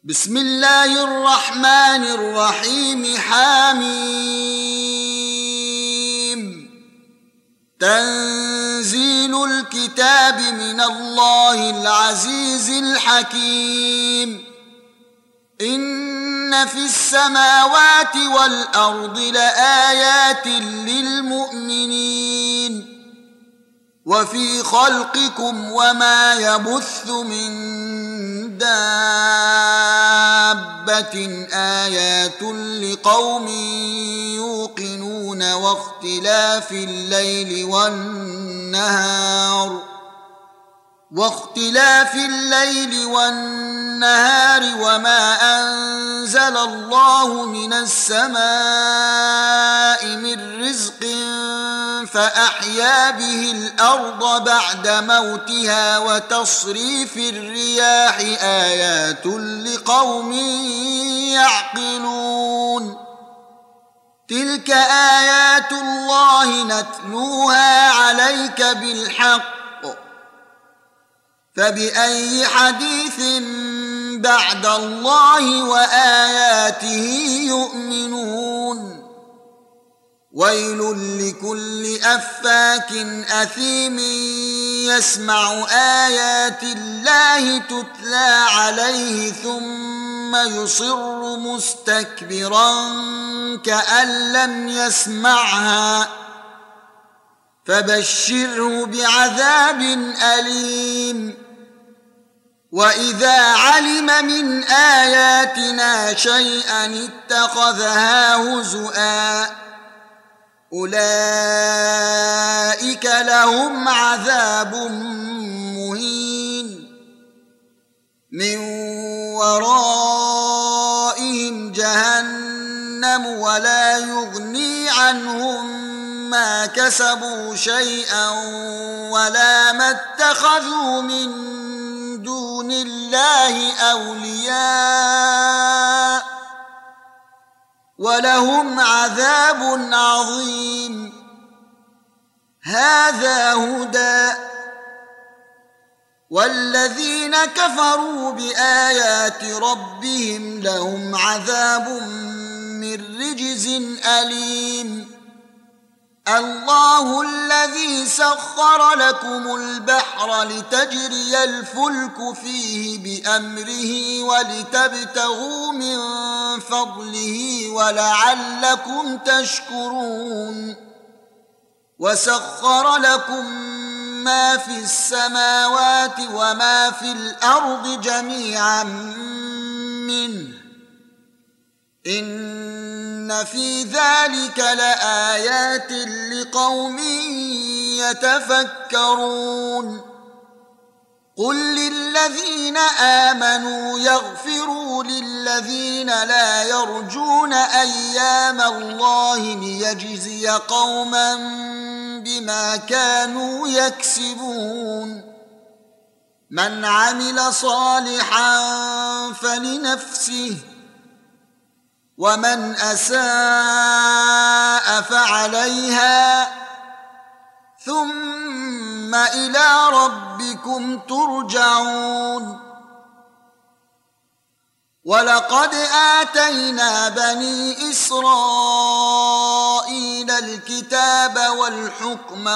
بسم الله الرحمن الرحيم حميم تنزيل الكتاب من الله العزيز الحكيم إن في السماوات والأرض لآيات للمؤمنين وفي خلقكم وما يبث من دابة آيات لقوم يوقنون واختلاف الليل والنهار وما أنزل الله من السماء من رزق فأحيا به الأرض بعد موتها وتصريف الرياح آيات لقوم يعقلون تلك آيات الله نتلوها عليك بالحق فبأي حديث بعد الله وآياته يؤمنون ويل لكل أفاك أثيم يسمع آيات الله تتلى عليه ثم يصر مستكبرا كأن لم يسمعها فبشره بعذاب أليم وإذا علم من آياتنا شيئا اتخذها هزؤا أولئك لهم عذاب مهين من ورائهم جهنم ولا يغني عنهم ما كسبوا شيئا ولا ما اتخذوا من دون الله أولياء ولهم عذاب عظيم هذا هدى والذين كفروا بآيات ربهم لهم عذاب من رجز أليم الله الذي سخر لكم البحر لتجري الفلك فيه بأمره ولتبتغوا من فضله ولعلكم تشكرون وسخر لكم ما في السماوات وما في الأرض جميعا منه إن في ذلك لآيات لقوم يتفكرون قل للذين آمنوا يغفروا للذين لا يرجون أيام الله ليجزي قوما بما كانوا يكسبون من عمل صالحا فلنفسه ومن أساء فعليها ثم إلى ربكم ترجعون ولقد آتينا بني إسرائيل الكتاب والحكم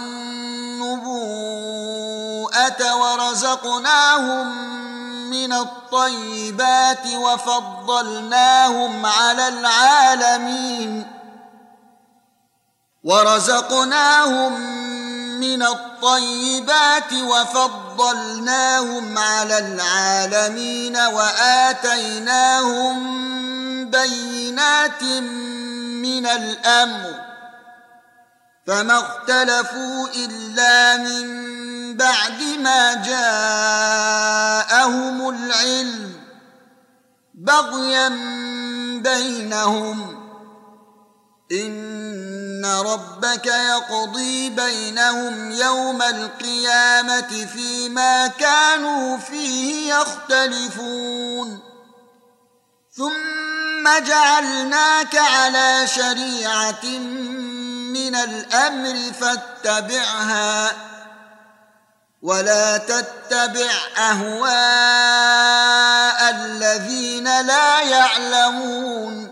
والنبوءة ورزقناهم من الطيبات وفضلناهم على العالمين وآتيناهم بينات من الأمر فما اختلفوا إلا من بعد ما جاءهم العلم بغيا بينهم إن ربك يقضي بينهم يوم القيامة فيما كانوا فيه يختلفون ثم جعلناك على شريعة من الأمر فاتبعها ولا تتبع أهواء الذين لا يعلمون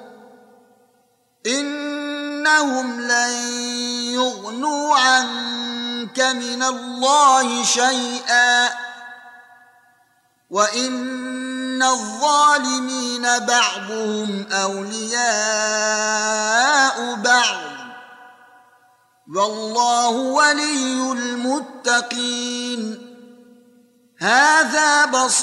إنهم لن يغنوا عنك من الله شيئا وإن الظالمين بعضهم أولياء بعض والله ولي المتقين هذا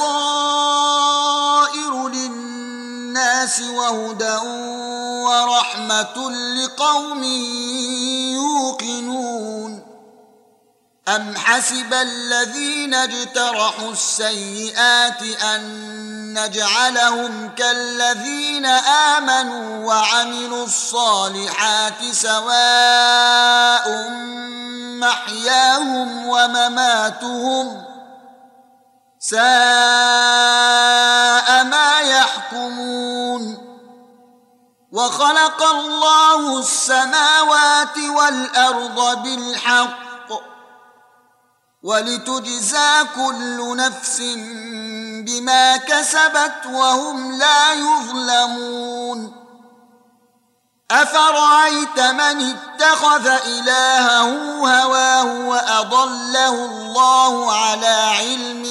بصائر للناس وهدى ورحمة لقوم يوقنون أم حسب الذين اجترحوا السيئات أن نجعلهم كالذين آمنوا وعملوا الصالحات سواء محياهم ومماتهم ساء ما يحكمون وخلق الله السماوات والأرض بالحق ولتجزى كل نفس بما كسبت وهم لا يظلمون أفرأيت من اتخذ إلهه هواه وأضله الله على علم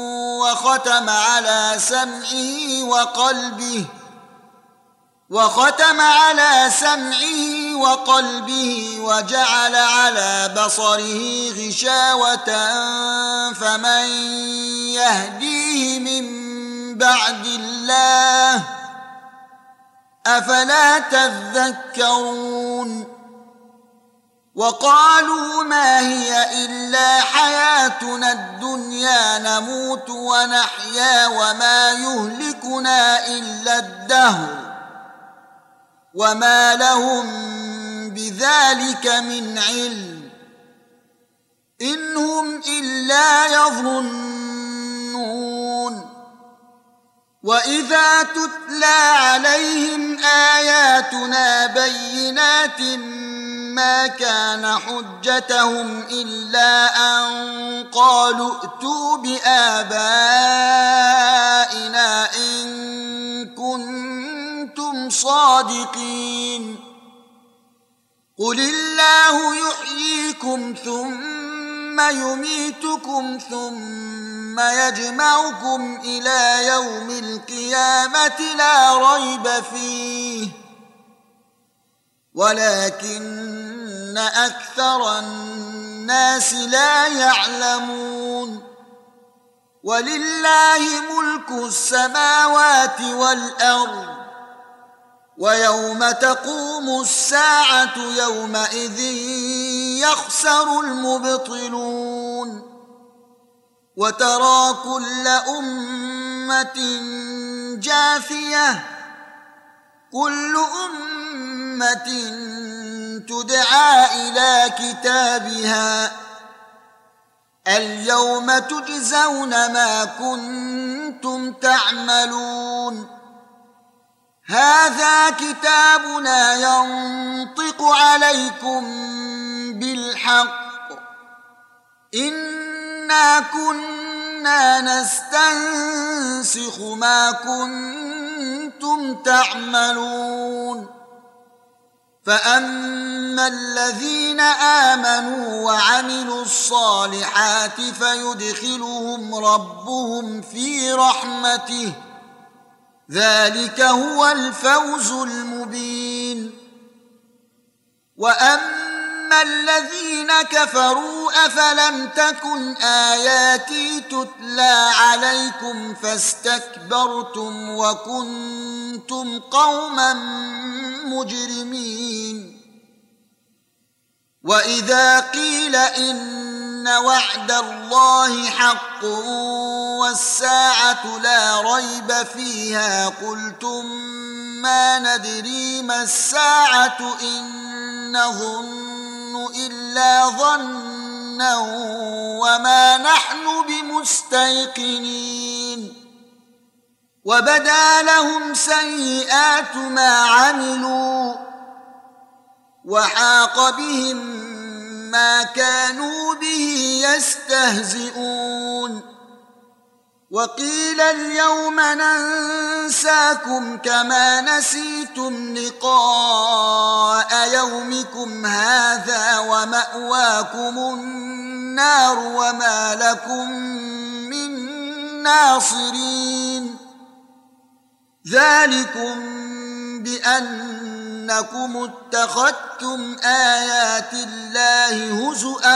وختم على سمعه وقلبه وجعل على بصره غشاوة فمن يهديه من بعد الله أفلا تذكرون وقالوا ما هي إلا حياتنا الدنيا نموت ونحيا وما يهلكنا إلا الدهر وما لهم بذلك من علم إن هم إلا يظنون وإذا تتلى عليهم آياتنا بينات ما كان حجتهم إلا أن قالوا ائتوا بآبائنا إن كنتم صادقين قل الله يحييكم ثم يميتكم ثم يجمعكم إلى يوم القيامة لا ريب فيه ولكن أكثر الناس لا يعلمون ولله ملك السماوات والأرض ويوم تقوم الساعة يومئذ يخسر المبطلون وترى كل أمة جاثية كل أمة تدعى إلى كتابها اليوم تجزون ما كنتم تعملون هذا كتابنا ينطق عليكم بالحق إنا كنا نستنسخ ما كنتم تعملون فأما الذين آمنوا وعملوا الصالحات فيدخلهم ربهم في رحمته ذلك هو الفوز المبين وأما الذين كفروا أفلم تكن آياتي تتلى عليكم فاستكبرتم وكنتم قوما مجرمين وإذا قيل إن وعد الله حق والساعة لا ريب فيها قلتم ما ندري ما الساعة إن نظن إلا ظنا وما نحن بمستيقنين وبدا لهم سيئات ما عملوا وحاق بهم ما كانوا به يستهزئون وقيل اليوم ننساكم كما نسيتم لقاء يومكم هذا ومأواكم النار وما لكم من ناصرين ذلكم بأنكم اتخذتم آيات الله هزؤا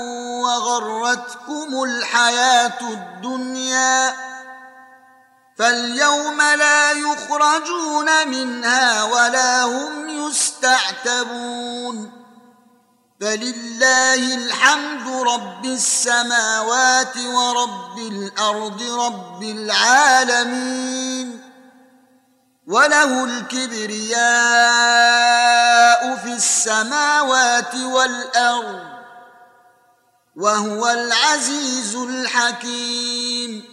وغرتكم الحياة الدنيا فاليوم لا يخرجون منها ولا هم يستعتبون فلله الحمد رب السماوات ورب الأرض رب العالمين وله الكبرياء في السماوات والأرض وهو العزيز الحكيم